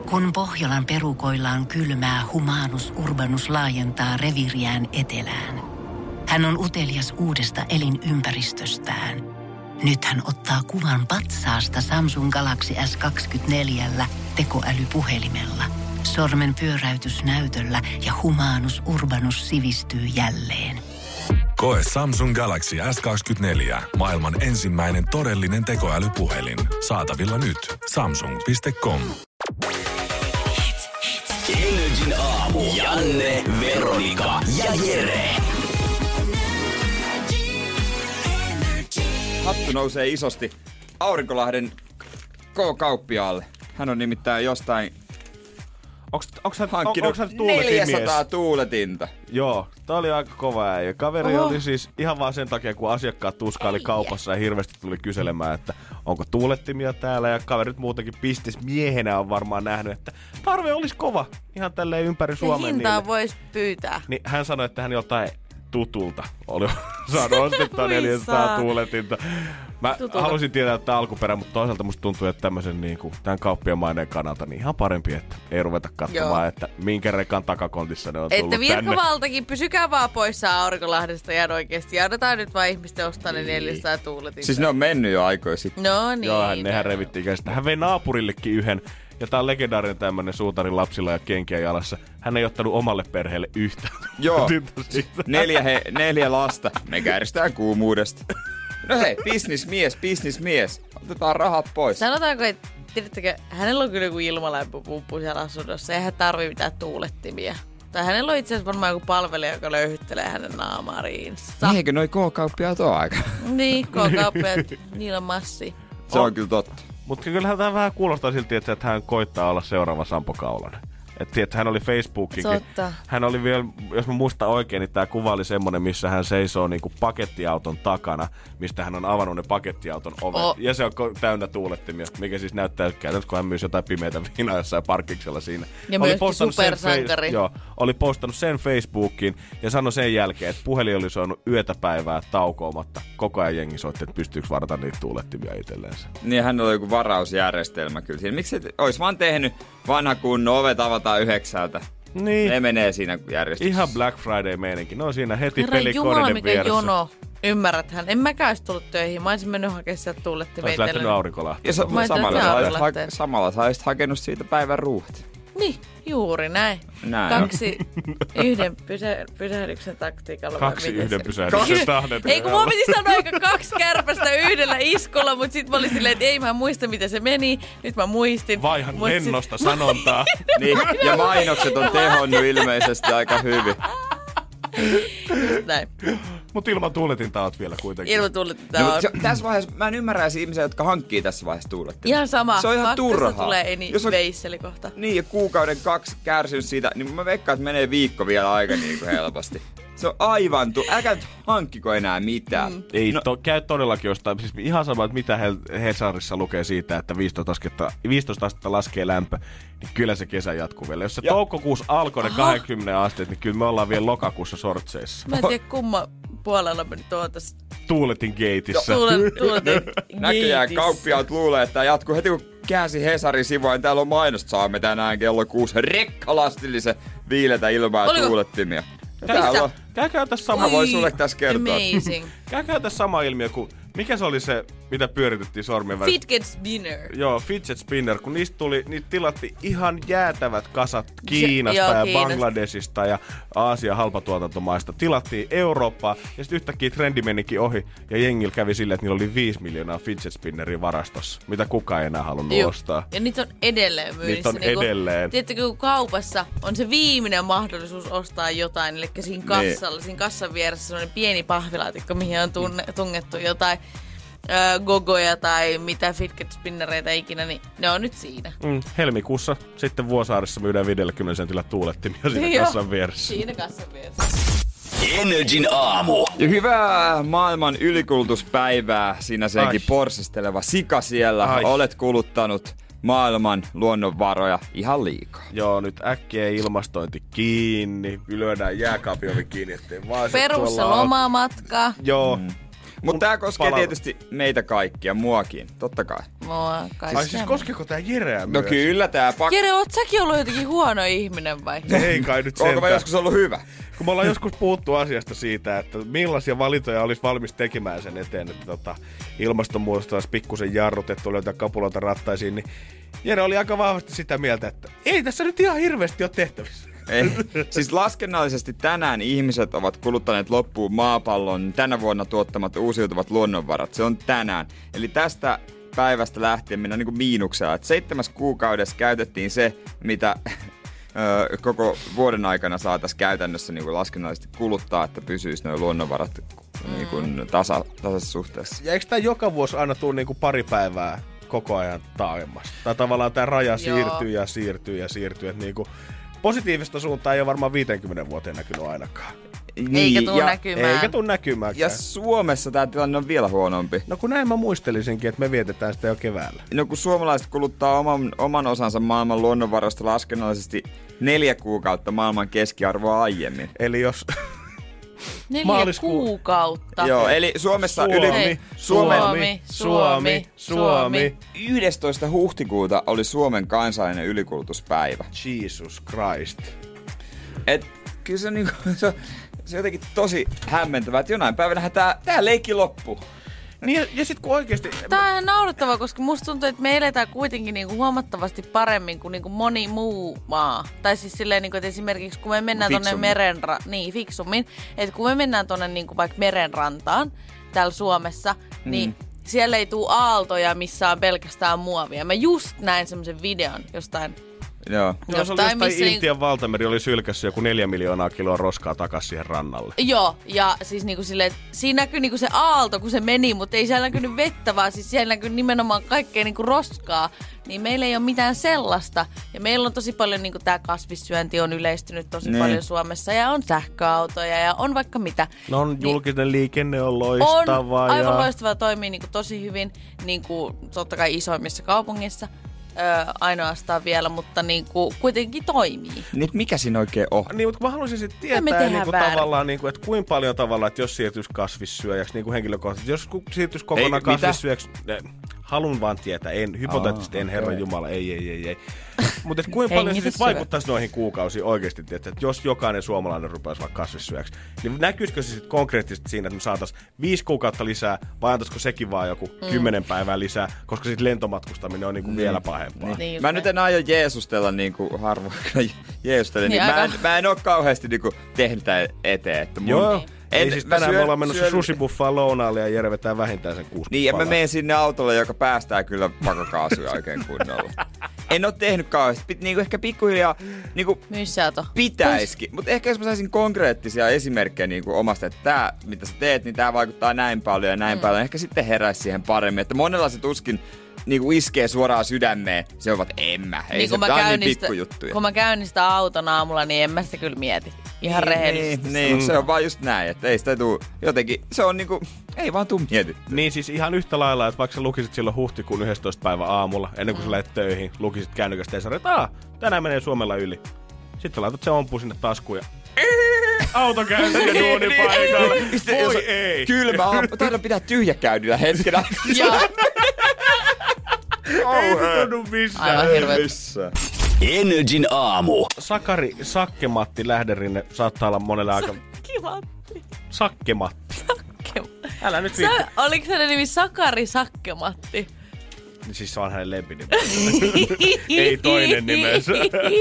Kun Pohjolan perukoillaan kylmää, Humanus Urbanus laajentaa reviiriään etelään. Hän on utelias uudesta elinympäristöstään. Nyt hän ottaa kuvan patsaasta Samsung Galaxy S24 tekoälypuhelimella. Sormen pyöräytys näytöllä ja Humanus Urbanus sivistyy jälleen. Koe Samsung Galaxy S24. Maailman ensimmäinen todellinen tekoälypuhelin. Saatavilla nyt. Samsung.com. Energin aamu. Janne, Veronika ja Jere. Hattu nousee isosti Aurinkolahden K-kauppiaalle. Hän on nimittäin jostain hankkinut 400 tuuletinta. Joo, tää oli aika kova äijä. Kaveri oli siis ihan vaan sen takia, kun asiakkaat tuskaili kaupassa ja hirveästi tuli kyselemään, että onko tuulettimia täällä. Ja kaverit muutenkin bisnesmiehenä on varmaan nähnyt, että tarve olisi kova ihan tälleen ympäri Suomen. Ja hintaa voisi pyytää. Niin hän sanoi, että hän joltain tutulta oli saanut ostettua 400 tuuletinta. Mä halusin tietää tämän alkuperän, mutta toisaalta musta tuntuu, että tämmöisen niinku, tämän kauppiaan maineen kannalta niin ihan parempi, että ei ruveta katsomaan, että minkä rekan takakontissa ne on tullut tänne. Että virkavaltakin, pysykää vaan poissa Aurinkolahdesta ja oikeesti. Jaudetaan nyt vaan ihmisten ostaa ne 400 tuuletinta. Siis ne on mennyt jo aikoja sitten. No niin. Joo, nehän revittiin käsistä. Hän vei naapurillekin yhden. Ja tää on legendaarinen tämmönen suutarin lapsilla ja kenkiä jalassa. Hän ei ottanut omalle perheelle yhtään. Joo, 4 lasta. Me kärsitään kuumuudesta. No hei, bisnismies. Otetaan rahat pois. Sanotaanko, että tiedättekö, hänellä on kyllä joku ilmalämpöpumppu siellä asunnossa. Eihän tarvii mitään tuulettimia. Tai hänellä on itse asiassa varmaan joku palvelija, joka löyhyttelee hänen naamariinsa. Eikö noi K-kauppiaat ole aika? Niin, K-kauppiaat, niillä on massi. Se on kyllä totta. Mutta kyllähän tämä vähän kuulostaa silti, että hän koittaa olla seuraava Sampo Kaulanen. Että hän oli Facebookinkin. Totta. Hän oli vielä, jos mä muistan oikein, niin tämä kuva oli semmoinen, missä hän seisoo niinku pakettiauton takana, mistä hän on avannut ne pakettiauton ovet. Ja se on täynnä tuulettimia, mikä siis näyttää käytännössä, kun hän myy jotain pimeitä viinaa jossain parkiksella siinä. Ja myöskin supersankari. Oli postannut sen Facebookiin ja sanoi sen jälkeen, että puhelin oli soinut yötä päivää taukoamatta. Koko ajan jengi soitti, että pystyykö varata niitä tuulettimia itselleensä. Niin, hän oli joku varausjärjestelmä kyllä siinä. Miksi olisi vaan tehnyt vanha kunnon ovet avataan 9. Niin. Ne menee siinä järjestyksessä. Ihan Black Friday-meininki. No siinä heti Herran pelikoneiden mikä vieressä. Jono. Ymmärräthän. En mäkään olisi tullut töihin. Mä olisin mennyt hakemaan sieltä tuulettimia. Olisi lähtenyt Aurinkolahteen. Ja samalla sä olisit hakenut siitä päivän ruuhat. Niin, juuri näin. 2 yhden pysähdyksen taktiikalla. 2 yhden pysähdyksen tahden. Ei kun mua piti sanoa aika 2 kärpästä yhdellä iskulla, mutta sit mä olin silleen, että ei mä muista miten se meni. Nyt mä muistin. Vaihan lennosta sanontaa. Niin, ja mainokset on tehonnut ilmeisesti aika hyvin. Näin. Mutta ilman tuuletinta oot vielä kuitenkin. Ilman tuuletinta on. Tässä vaiheessa mä en ymmärrä ihmisiä, jotka hankkii tässä vaiheessa tuulettinta. Ihan sama. Se on ihan turhaa. Tulee veisseli kohta. Niin, ja kuukauden 2 kärsinyt siitä, niin mä veikkaan, että menee viikko vielä aika niin kuin helposti. Se on aivan älkää nyt hankkiko enää mitään. Ei, käy todellakin jostain. Siis ihan sama, että mitä Hesarissa lukee siitä, että 15 astetta laskee lämpö, niin kyllä se kesä jatkuu vielä. Jos se toukokuussa alkoi ne 20 asteet, niin kyllä me ollaan vielä lokakuussa sortseissa. Mä en tiedä kumman puolella me nyt oon tässä. Tuuletin gateissa. Tuuletin näköjään kauppiaat luulee, että jatkuu heti kun käänsi Hesarin sivua, niin täällä on mainosta. Saamme tänään kello 6 rekkalastillisen viiletä ilmaa ja tuulettimia. Käykää tässä sama. Mä voin sulle tässä kertoa. Amazing. Käykää tässä sama ilmiö kuin, mikä se oli se, mitä pyöritettiin sormien välissä? Fidget spinner. Joo, fidget spinner, kun niitä tilattiin ihan jäätävät kasat Kiinasta ja Bangladesista ja Aasian halpatuotantomaista. Tilattiin Eurooppaa ja sitten yhtäkkiä trendi menikin ohi ja jengillä kävi silleen, että niillä oli 5 miljoonaa fidget spinneria varastossa, mitä kukaan ei enää halunnut ostaa. Ja niitä on edelleen myynnissä. Niitä on edelleen. Tiedättekö, kun kaupassa on se viimeinen mahdollisuus ostaa jotain, eli siinä kassalla, siinä kassan vieressä sellainen pieni pahvilaatikko, mihin on tungettu jotain gogoja tai mitä fidget spinnereitä ikinä, niin ne on nyt siinä. Helmikuussa sitten Vuosaaressa myydään 50 sentillä tuulettimia siinä kassan vieressä. Siinä kassan vieressä. Energin aamu. Ja hyvää maailman ylikulutuspäivää. Sinä senkin porsasteleva sika siellä. Olet kuluttanut maailman luonnonvaroja ihan liikaa. Joo, nyt äkkiä ilmastointi kiinni. Lyödään jääkaapiovi kiinni, ettei vaan Perus lomamatka. Joo. Mutta tää koskee tietysti meitä kaikkia, muakin, totta kai. Ai siis koskeeko tää Jereä myös? No kyllä tää Jere, oot säkin ollut jotenkin huono ihminen vai? Ei kai nyt sentään. Onko mä joskus ollut hyvä? Kun me ollaan joskus puhuttu asiasta siitä, että millaisia valintoja olisi valmis tekemään sen eteen, että ilmastonmuutosta olisi pikkusen jarrutettu, löytää kapuloita rattaisiin, niin Jere oli aika vahvasti sitä mieltä, että ei tässä nyt ihan hirveästi ole tehtävissä. Ei. Siis laskennallisesti tänään ihmiset ovat kuluttaneet loppuun maapallon tänä vuonna tuottamat uusiutuvat luonnonvarat. Se on tänään. Eli tästä päivästä lähtien mennään niin miinuksella. 7 kuukaudessa käytettiin se, mitä koko vuoden aikana saataisiin käytännössä niin laskennallisesti kuluttaa, että pysyisi nuo luonnonvarat niin tasaisessa suhteessa. Ja eikö tämä joka vuosi aina tule niin pari päivää koko ajan taaemmas? Tai tavallaan tämä raja siirtyy ja siirtyy ja siirtyy. Että niin positiivista suuntaa ei ole varmaan 50 vuoteen näkynyt ainakaan. Eikä tuu näkymään. Eikä tuu näkymään. Ja Suomessa tämä tilanne on vielä huonompi. No kun näin mä muistelisinkin, että me vietetään sitä jo keväällä. No kun suomalaiset kuluttaa oman osansa maailman luonnonvaroista laskennallisesti 4 kuukautta maailman keskiarvoa aiemmin. Eli jos 4 kuukautta. Joo, eli Suomessa Suomi. 11. huhtikuuta oli Suomen kansallinen ylikulutuspäivä. Jesus Christ. Et kyllä se jotenkin tosi hämmentävää, että jonain päivänä tää leikki loppuu. Niin ja sit kun oikeesti... Tää on ihan naurettavaa, koska musta tuntuu, että me eletään kuitenkin niinku huomattavasti paremmin kuin niinku moni muu maa. Tai siis silleen, niinku, että esimerkiksi kun me mennään tonne fiksummin. Että kun me mennään tonne niinku vaikka merenrantaan täällä Suomessa, niin siellä ei tule aaltoja, missä on pelkästään muovia. Mä just näin semmosen videon jostain... Joo. Jostain Intian valtameri oli sylkässä joku 4 miljoonaa kiloa roskaa takas siihen rannalle. Joo, ja siis niinku silleen, siinä näkyy niinku se aalto, kun se meni, mutta ei siellä näkynyt vettä, vaan siis siellä näkyy nimenomaan kaikkea niinku roskaa. Niin meillä ei ole mitään sellaista. Ja meillä on tosi paljon, niinku tää kasvissyönti on yleistynyt tosi paljon Suomessa. Ja on sähköautoja ja on vaikka mitä. No on julkinen liikenne on loistavaa. On aivan loistavaa, toimii niinku tosi hyvin, niinku totta kai isoimmissa kaupungeissa. Ainoastaan vielä, mutta niinku kuitenkin toimii. Nyt mikä siinä oikein on? Niin, mutta mä haluaisin sitten tietää niinku tavallaan, niinku, että kuinka paljon tavallaan, että jos siirtyisi kasvissyöjäksi niinku henkilökohtaisesti, jos siirtyisi kokonaan kasvissyöjäksi, haluan vaan tietää, hypoteettisesti en herran jumala, ei. Mutta kuinka paljon se sitten vaikuttaisi noihin kuukausiin oikeasti, että jos jokainen suomalainen rupeaisi vaikka kasvissyöjäksi, niin näkyisikö se sitten konkreettisesti siinä, että me saataisiin 5 kuukautta lisää, vai antaisiko sekin vaan joku 10 päivää lisää, koska sitten lentomatkustaminen on niinku vielä pahempaa. Niin, mä nyt en aio jeesustella niinku harvoin jeesustelen, niin mä en oo kauheasti niinku tehnyt tämän eteen. Että Joo. Ei siis tänään me ollaan menossa sushibuffaan lounaalle ja Jere vetää vähintään sen 6 Niin, ja mä menen sinne autolle, joka päästää kyllä pakokaasuja oikein kunnolla. En oo tehnyt kauheasti. Niinku ehkä pikkuhiljaa niinku pitäisikin. Mutta ehkä jos mä saisin konkreettisia esimerkkejä niinku omasta, että tää, mitä sä teet, niin tää vaikuttaa näin paljon ja näin paljon. Ehkä sitten heräisi siihen paremmin. Että monella se tuskin niinku iskee suoraan sydämeen. Se ovat ei niin se niin pikkujuttuja. Kun mä käynnistän auton aamulla, niin en mä sitä kyllä mieti. Ihan rehellisesti. Niin, se on vaan just näin, että ei sitä tuu jotenkin, se on niinku, ei vaan tuu mietitty. Niin siis ihan yhtä lailla, että vaikka sä lukisit silloin huhtikuun 11. päivä aamulla, ennen kuin sä lähdet töihin, lukisit kännykästä ja sanoit, että tänään menee Suomella yli. Sitten sä laitat se ompu sinne taskuun ja auto käyntiin ja duunipaikalle. Voi ei. Kylmä aamu, taidan pitää tyhjäkäynnillä hetken aikaa. Ei tunnu missään. Aivan hirveet. Energin aamu. Sakari Sakkematti Lähderinne saattaa olla monelle aika... Sakkematti. Älä nyt viitti. Oliko hänen nimi Sakari Sakkematti? Siis se on hänen lempinimensä. Ei toinen nimensä.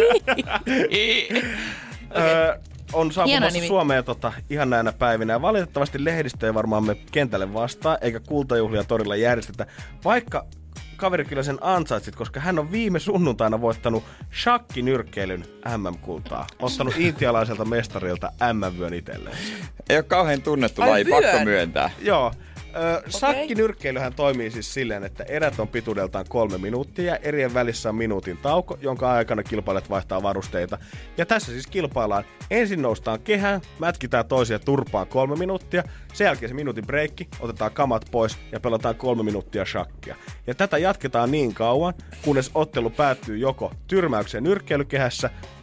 On saapumassa Suomeen ihan näinä päivinä. Ja valitettavasti lehdistö ei varmaan mene kentälle vastaan, eikä kultajuhlia torilla järjestetä, vaikka kaveri kyllä sen ansaitsit, koska hän on viime sunnuntaina voittanut shakkinyrkkeilyn MM-kultaa. Ottanut intialaiselta mestarilta MM-vyön itselleen. Ei ole kauhean tunnettu laji, pakko myöntää. Joo. Shakkinyrkkeilyhän toimii siis silleen, että erät on pituudeltaan 3 minuuttia ja erien välissä on minuutin tauko, jonka aikana kilpailijat vaihtaa varusteita. Ja tässä siis kilpaillaan. Ensin noustaan kehään, mätkitään toisia turpaan 3 minuuttia, sen jälkeen se minuutin breikki, otetaan kamat pois ja pelataan 3 minuuttia shakkia. Ja tätä jatketaan niin kauan, kunnes ottelu päättyy joko tyrmäykseen nyrkkeilykehässä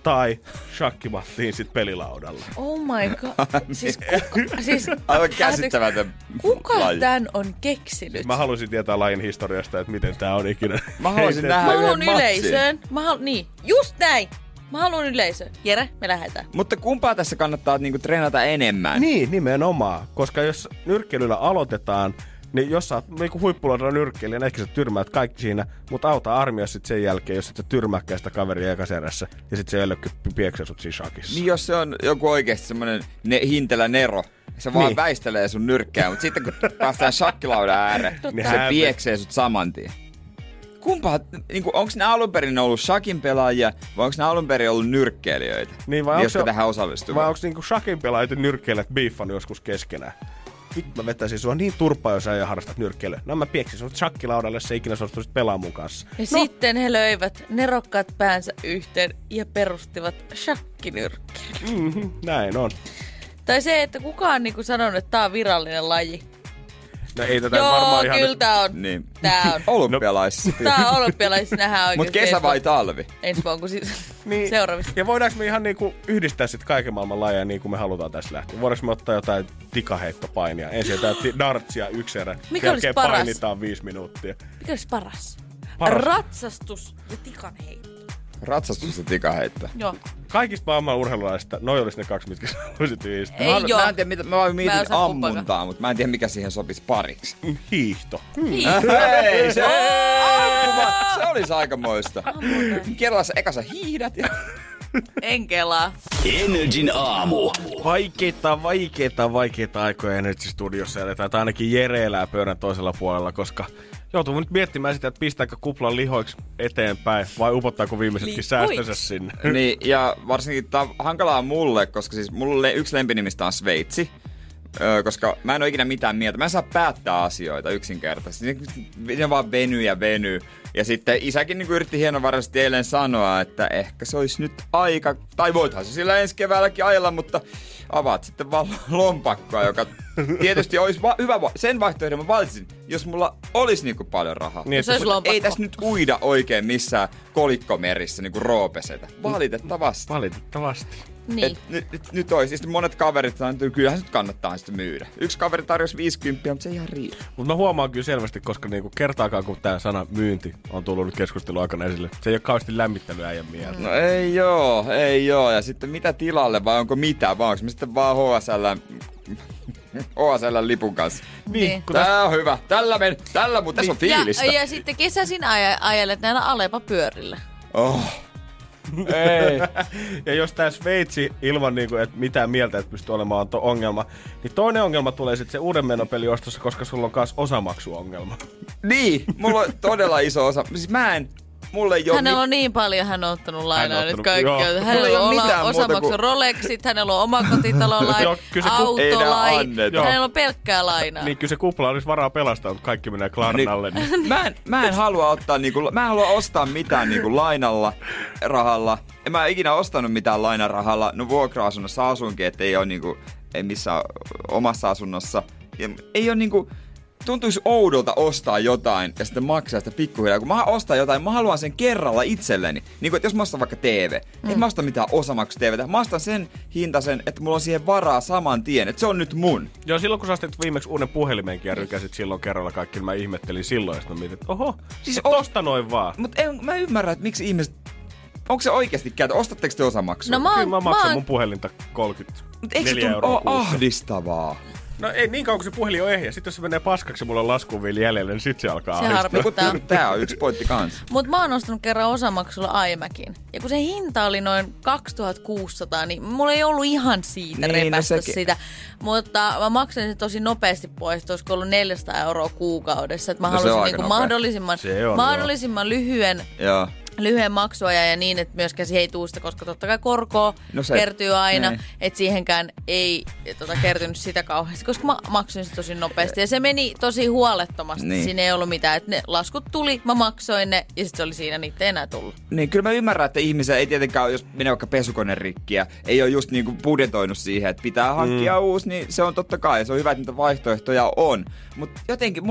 tai shakkimattiin sit pelilaudalla. Oh my god. Siis aivan käsittämätön kuka laji. tän on keksinyt? Mä haluaisin tietää lajin historiasta, että miten tää on ikinä. Mä haluaisin nähdä Mä yhden haluan matsin. yleisöön. Niin, just näin. Mä haluan yleisöön. Jere, me lähdetään. Mutta kumpaa tässä kannattaa niinku treenata enemmän? Niin, nimenomaan. Koska jos nyrkkeilyllä aloitetaan, niin jos sä oot niinku huippuluodella nyrkkeilijä, niin ehkä sä tyrmäät kaikki siinä, mutta auta armias sit sen jälkeen, jos et sä tyrmääkään sitä kaveria ekaserässä, ja sit se ellökky pieksee sut siinä shakissa. Niin jos se on joku oikeesti semmonen hintelä nero, se vaan väistelee sun nyrkkää, mutta sitten kun päästään shakkilaudan ääreen, niin se pieksee sut saman tien. Kumpaa, niinku, onks ne alun perin ollut shakin pelaajia, vai onks ne alun perin ollut nyrkkeilijöitä, niin, vai jotka tähän osallistuvat? Vai onks niinku shakin pelaajat ja nyrkkeilijät biiffannut joskus keskenään? Nyt mä vetäisin sua niin turpaa, jos sä harrastat nyrkkeilyä. No mä pieksin sut shakkilaudalle, jos sä ikinä suostuisit pelaamaan mun kanssa. Ja sitten he löivät nerokkaat päänsä yhteen ja perustivat shakkinyrkkeilyn. Näin on. Tai se, että kukaan niinku sanonut, että tää on virallinen laji. No ei tätä Joo, varmaan ihan... kyllä tää on. Niin. Tää on. Olympialaisissa. Tää on olympialaisissa, nähdään oikeesti. Mut kesä vai talvi? Ensi vuonna, kun niin. seuraavissa. Ja voidaanko me ihan niinku yhdistää sit kaiken maailman lajeja niin kuin me halutaan tässä lähteä? Voidaanko me ottaa jotain tikaheittopainia? Ensin jotain dartsia yksi erä. Mikä olisi paras? Painitaan 5 minuuttia. Mikä olisi paras? Ratsastus ja tikanheitto. Ratsastus ja tikaheitto. Joo. Kaikista maailman urheilulaisista, noi olisi ne 2, mitkä sä voisit yhdistää. Ei joo. Mä en tiedä, mä vaan mietin osaan ammuntaa, kumpaakaan. mutta mä en tiedä, mikä siihen sopisi pariksi. Hiihto. Hei, se se olisi aikamoista. Kerralla sä eka sä hiihdät ja... En kelaa. Energin aamu. Vaikeita aikoja Energy Studiossa eletään. Tai ainakin Jere elää pöydän toisella puolella, koska joutuu nyt miettimään sitä, että pistääkö kuplan lihoiksi eteenpäin vai upottaako viimeisetkin säästönsä sinne. Niin, ja varsinkin tää on hankalaa mulle, koska siis mulle yksi lempinimistä on Sveitsi. Koska mä en ole ikinä mitään mieltä. Mä en saa päättää asioita yksinkertaisesti. Ne vaan venyy. Ja sitten isäkin niin yritti hienovaraisesti eilen sanoa, että ehkä se olisi nyt aika, tai voithan se sillä ensi keväälläkin ajella, mutta avaat sitten vaan lompakkoa, joka tietysti olisi hyvä. Sen vaihtoehdon mä valitsin, jos mulla olisi niinku paljon rahaa. Niin, mutta ei tässä nyt uida oikein missään kolikkomerissä niinku roopesetä. Valitettavasti. Niin. Nyt olisi. Sitten monet kaverit sanoo, että kyllähän se nyt kannattaa sitten myydä. Yksi kaveri tarjosi 50, mutta se ei ihan riitä. Mutta mä huomaan kyllä selvästi, koska niinku kertaakaan kun tää sana myynti on tullut nyt keskustelun aikana esille, se ei ole kauheasti lämmittänyt äijän mieltä. No ei joo. Ja sitten mitä tilalle vai onko mitä? Vai onko me sitten vaan HSL lipun kanssa? Niin. Tää on hyvä. Tällä mutta tässä on fiilistä. Ja sitten kesäisin ajelet näillä Alepa-pyörillä. Oh. Ei. Ja jos tää Sveitsi ilman niinku, että mitään mieltä et pysty olemaan on ongelma, niin toinen ongelma tulee sitten se uuden menopeliostossa, koska sulla on kans osamaksuongelma. Niin, mulla on todella iso osa. Siis mulle ei ole... Hänellä on niin paljon, hän on ottanut lainaa nyt kaikkea. Joo. Hänellä on mitään osamaksu muuta kuin... Rolexit, hänellä on omakotitalo Joo, kyllä se autolain, Ei hänellä on pelkkää lainaa. Niin kyllä se kupla olisi varaa pelastaa, mutta kaikki menee Klarnalle. Niin. Mä en halua ottaa mä en halua ostaa mitään lainalla rahalla. En mä ikinä ostanut mitään lainarahalla. No vuokra-asunnossa asunkin, että ei ole ei missään omassa asunnossa. Ja ei ole tuntuisi oudolta ostaa jotain ja sitten maksaa sitä pikkuhiljaa. Kun mä ostan jotain, mä haluan sen kerralla itselleni. Että jos mä ostan vaikka TV, en mä osta mitään osamaksu TVtä. Mä ostan sen hintaisen, että mulla on siihen varaa saman tien. Että se on nyt mun. Joo, silloin kun sä ostit viimeksi uuden puhelimenkin ja rykäsit silloin kerralla kaikki, niin mä ihmettelin silloin, että mä mietin, että oho, siis tosta noin vaan. Mutta mä ymmärrän, että miksi ihmiset... Onko se oikeasti käytä? Ostatteko te osamaksua? No Kyllä mä maksan mun puhelinta 34 Mutta eikö se euroa ole ahdistavaa? No ei niin kauan, kun se puhelin on ehjä. Sitten jos se menee paskaksi ja mulla on laskuun vielä jäljellä, niin sit se alkaa Se ahdistaa. harmittaa. Tää on yksi pointti kanssa. Mut mä oon ostanut kerran osamaksulla iMacin. Ja kun se hinta oli noin 2600, niin mulla ei ollut ihan siitä repästä sitä. Mutta mä maksoin sen tosi nopeasti pois, että olisiko ollut 400 euroa kuukaudessa. Että mä halusin mahdollisimman lyhyen maksuajan ja niin, että myöskään siihen ei tuu sitä, koska totta kai korkoa kertyy aina, että siihenkään ei kertynyt sitä kauheasti, koska mä maksoin sitä tosi nopeasti ja se meni tosi huolettomasti. Niin. Siinä ei ollut mitään, että ne laskut tuli, mä maksoin ne ja sitten se oli siinä, niitä ei enää tullut. Niin, kyllä mä ymmärrän, että ihmisiä ei tietenkään, jos menee vaikka pesukone rikkiä, ei ole just budjetoinut siihen, että pitää hankkia uusi, niin se on totta kai, se on hyvä, että niitä vaihtoehtoja on. Mutta jotenkin mulla on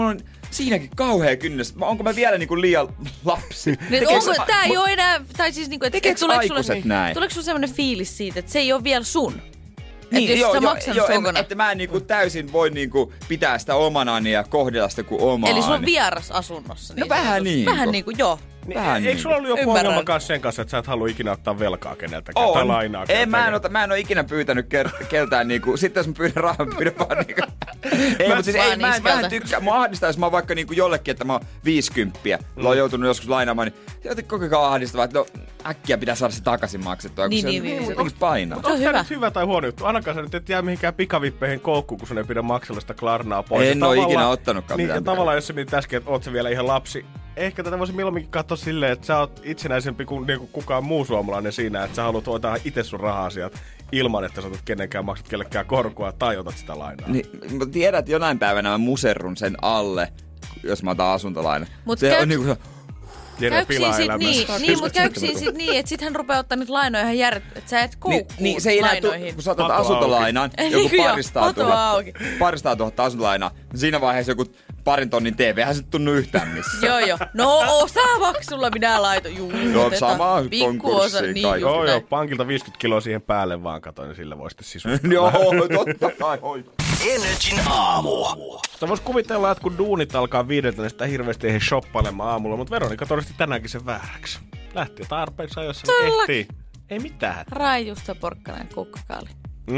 siinäkin kauhea kynnys. Onko mä vielä niinku liian lapsi? Tää ei oo enää, tai siis niinku, että tuleeko sulle semmonen fiilis siitä, että se ei oo vielä sun? Niin, joo, että mä en niinku täysin voi niinku pitää sitä omanani ja kohdella sitä kuin omaani. Eli sulla on vieras asunnossa. No vähän niin. Vähän niinku, joo. Eikö sulla ollut joku ongelma kanssa sen kanssa, että sä et halua ikinä ottaa velkaa keneltäkään tai lainaa keneltäkään? Mä en oo ikinä pyytänyt keltään niinku, sitten jos mä pyydän rahaa, pyydän vaan niinku. Mä en tykkää, mua ahdistaa, jos mä oon vaikka niinku jollekin, että mä oon 50, oon joutunut joskus lainaamaan, niin jotenkin koko ajan ahdistavaa, että no äkkiä pitää saada se takaisin maksettua, kun se jotenkin painaa. Onko tää nyt hyvä tai huono juttu? Ainakaan sä nyt et jää mihinkään pikavippeihin koukkuun, kun sun ei pidä maksella sitä klarnaa pois. En oo ikinä ottanutkaan mitään. Ja tavallaan, jos sä mietit äsken, että oot sä vielä ihan lapsi, ehkä tätä voisi milloinkin katsoa silleen, että sä oot itsenäisempi kuin niinku kukaan muu suomalainen siinä, että sä haluat hoitaa itse sun raha-asiat ilman, että sä otat kenenkään, maksat kellekään korkoa tai otat sitä lainaa. Niin, mä tiedän, että jonain päivänä mä muserrun sen alle, jos mä otan asuntolaina. On niinku mutta käykö siinä sit niin, että sit hän rupeaa ottaa nyt lainoja ihan että sä et koukkuun niin, se ei lainoihin. Kun sä otat asuntolainan, joku 200 000 asuntolainaa, niin siinä vaiheessa joku 2 tonnin TV, eihän se tunnu yhtään missään. Joo. No osamaksulla minä laitoin. Sama konkurssiin niin, kaikki. Joo, pankilta 50 kiloa siihen päälle vaan katoin, niin sillä voi sitten sisustaa. Joo, totta kai. Energin aamu. Sä vois kuvitella, että kun duunit alkaa 5, niin sitä hirveästi ei shoppailemaan aamulla, mutta Veronika todisti tänäänkin sen vääräksi. Lähti tarpeeksi ajoissa, niin ehtii. Ei mitään. Raijusta porkkanaan kukkakaali.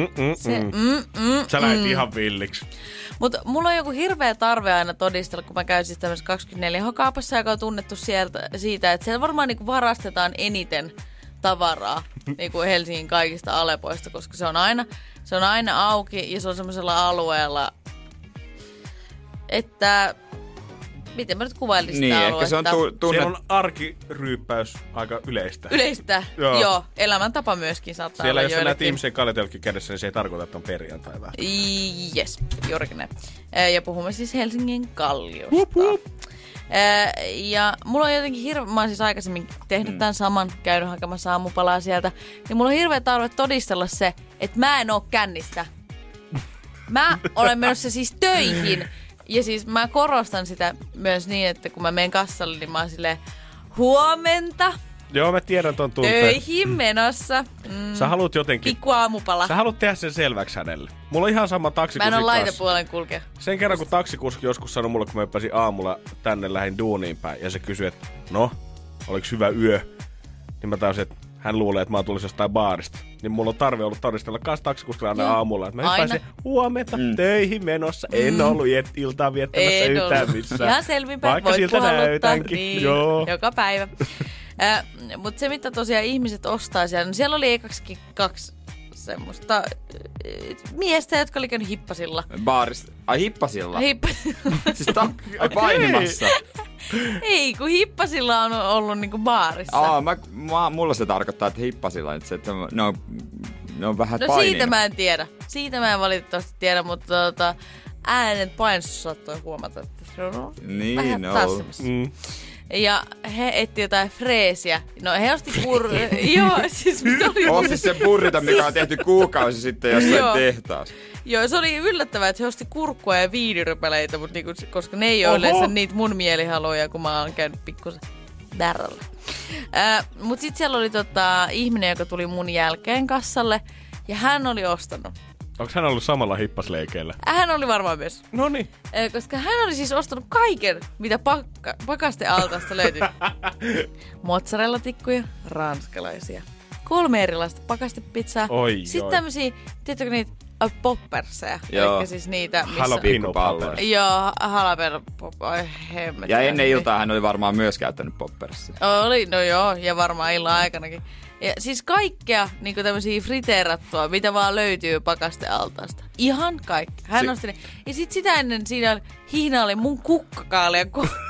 Sä lähit ihan villiksi. Mutta mulla on joku hirveä tarve aina todistella, kun mä käyn siis tämmöisessä 24H-kaupassa, joka on tunnettu siitä, että siellä varmaan niinku varastetaan eniten tavaraa niinku Helsingin kaikista Alepoista, koska se on aina auki ja se on semmoisella alueella, että miten mä nyt kuvailisin sitä aluetta? Ehkä se on Siellä on arkiryyppäys aika yleistä. Yleistä, joo. Elämäntapa myöskin saattaa siellä, olla jos sä näet ihmisen kaljotelkin kädessä, niin se ei tarkoita, että on perjantai vähän. Jes, juurikin näin. Ja puhumme siis Helsingin Kalliosta. Ja mulla on jotenkin mä oon siis aikaisemmin tehnyt tämän saman, käynyt hakemassa aamupalaa sieltä, niin mulla on hirveä tarve todistella se, että mä en oo kännistä. Mä olen menossa siis töihin. Ja siis mä korostan sitä myös niin, että kun mä menen kassalle, niin mä oon silleen, huomenta. Joo, mä tiedän ton tunteen. Töihin menossa. Sä haluat jotenkin... Pikku aamupala. Sä haluat tehdä sen selväksi hänelle. Mulla on ihan sama taksikuski kanssa. Mä en oo laitapuolen kulkea. Sen kerran, kun taksikuski joskus sanoi mulle, kun mä pääsin aamulla tänne lähdin duuniin päin, ja se kysyi, että no, oliks hyvä yö? Niin mä tajusin, että hän luulee, että mä oon tullut jostain baarista. Niin mulla on tarve ollut todistella kanssa taksikuskilla aina aamulla. Että mä hyppäisin huomenta töihin menossa. En ollut iltaa viettämässä yhtään missään. Ihan selvinpäin. Vaikka siltä näytänkin. Niin, joo. Joka päivä. Mutta se, mitä tosiaan ihmiset ostaa siellä, niin siellä oli ekaksikin 2 semmoista miestä, jotka oli käynyt hippasilla. Baarissa. Ai hippasilla? Siis painimassa. Ei, kun hippasilla on ollut niinku baarissa. Mulla se tarkoittaa, että hippasilla, että ne on vähän no painina. Siitä mä en tiedä. Siitä mä en valitettavasti tiedä, mutta äänen painossa saattoi huomata, että se on vähän tassimassa. Ja he etti jotain freesiä. No he osti Joo, siis mitä oli... Osti sen burrita, mikä on tehty kuukausi sitten jossain tehtaassa. Joo, se oli yllättävää, että he osti kurkkua ja viinirypäleitä, mutta niinku, koska ne ei ole yleensä niitä mun mielihaluja, kun mä oon käynyt pikkusen därralla. Mutta sitten siellä oli ihminen, joka tuli mun jälkeen kassalle, ja hän oli ostanut. Onko hän ollut samalla hippasleikeillä? Hän oli varmaan myös. Noniin. Koska hän oli siis ostanut kaiken, mitä pakastealtaasta löytyi. Mozzarella-tikkuja, ranskalaisia. 3 erilaista pakastepizzaa. Sitten tämmösiä, tiedätkö niitä popperseja? Joo. Eli siis niitä, missä... Jalapeno-popper. Joo, jalapeno-popper. Ja ennen iltaa hän oli varmaan myös käyttänyt poppersia. Oli, no joo, ja varmaan illan aikanakin. Ja siis kaikkea niinku tämmösiä friteerattua, mitä vaan löytyy pakastealtaasta. Ihan kaikki. Hän nosti ne. Ja sit sitä ennen siinä oli mun kukkakaalia,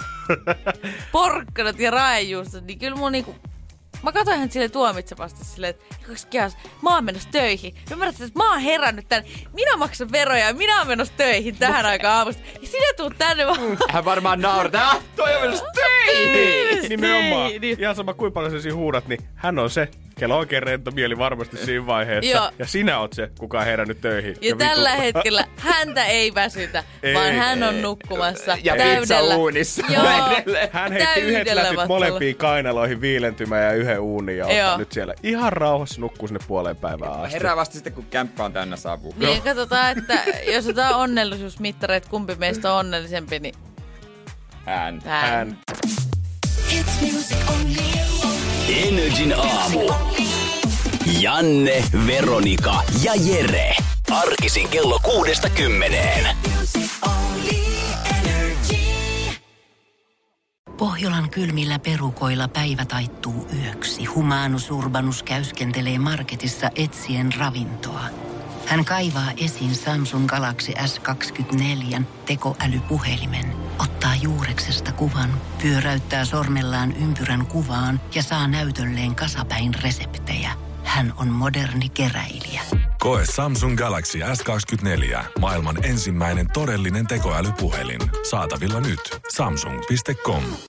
porkkanat ja raejuustot. Niin kyllä mun niinku... Mä katsoin hän silleen tuomitsevasti silleen, että mä oon menossa töihin. Ymmärrät, että mä oon herännyt tänne. Minä maksan veroja ja minä oon menossa töihin tähän aikaan aamusta. Ja sinä tuut tänne vaan. Hän varmaan naurataa. Toi on menossa töihin! Nimenomaan. Ihan sama kuinka paljon sä siinä huudat, niin hän on se, Kello on oikein rento mieli varmasti siinä vaiheessa. Joo. Ja sinä oot se, kuka on herännyt töihin. Ja tällä hetkellä häntä ei väsytä, vaan hän on nukkumassa ja pizza uunissa. Joo, hän heitti yhdet lätyt molempiin kainaloihin viilentymään ja yhden uunin ja ottaa nyt siellä ihan rauhassa nukkuu sinne puoleen päivään asti. Herää vasta sitten, kun kämppä on täynnä savua. Niin katsotaan, että jos otetaan onnellisuusmittareita, kumpi meistä on onnellisempi, niin Hän. Energin aamu. Janne, Veronika ja Jere. Arkisin kello 6-10. Pohjolan kylmillä perukoilla päivä taittuu yöksi. Humanus Urbanus käyskentelee marketissa etsien ravintoa. Hän kaivaa esiin Samsung Galaxy S24 tekoälypuhelimen, ottaa juureksesta kuvan, pyöräyttää sormellaan ympyrän kuvaan ja saa näytölleen kasapäin reseptejä. Hän on moderni keräilijä. Koe Samsung Galaxy S24. Maailman ensimmäinen todellinen tekoälypuhelin. Saatavilla nyt. Samsung.com.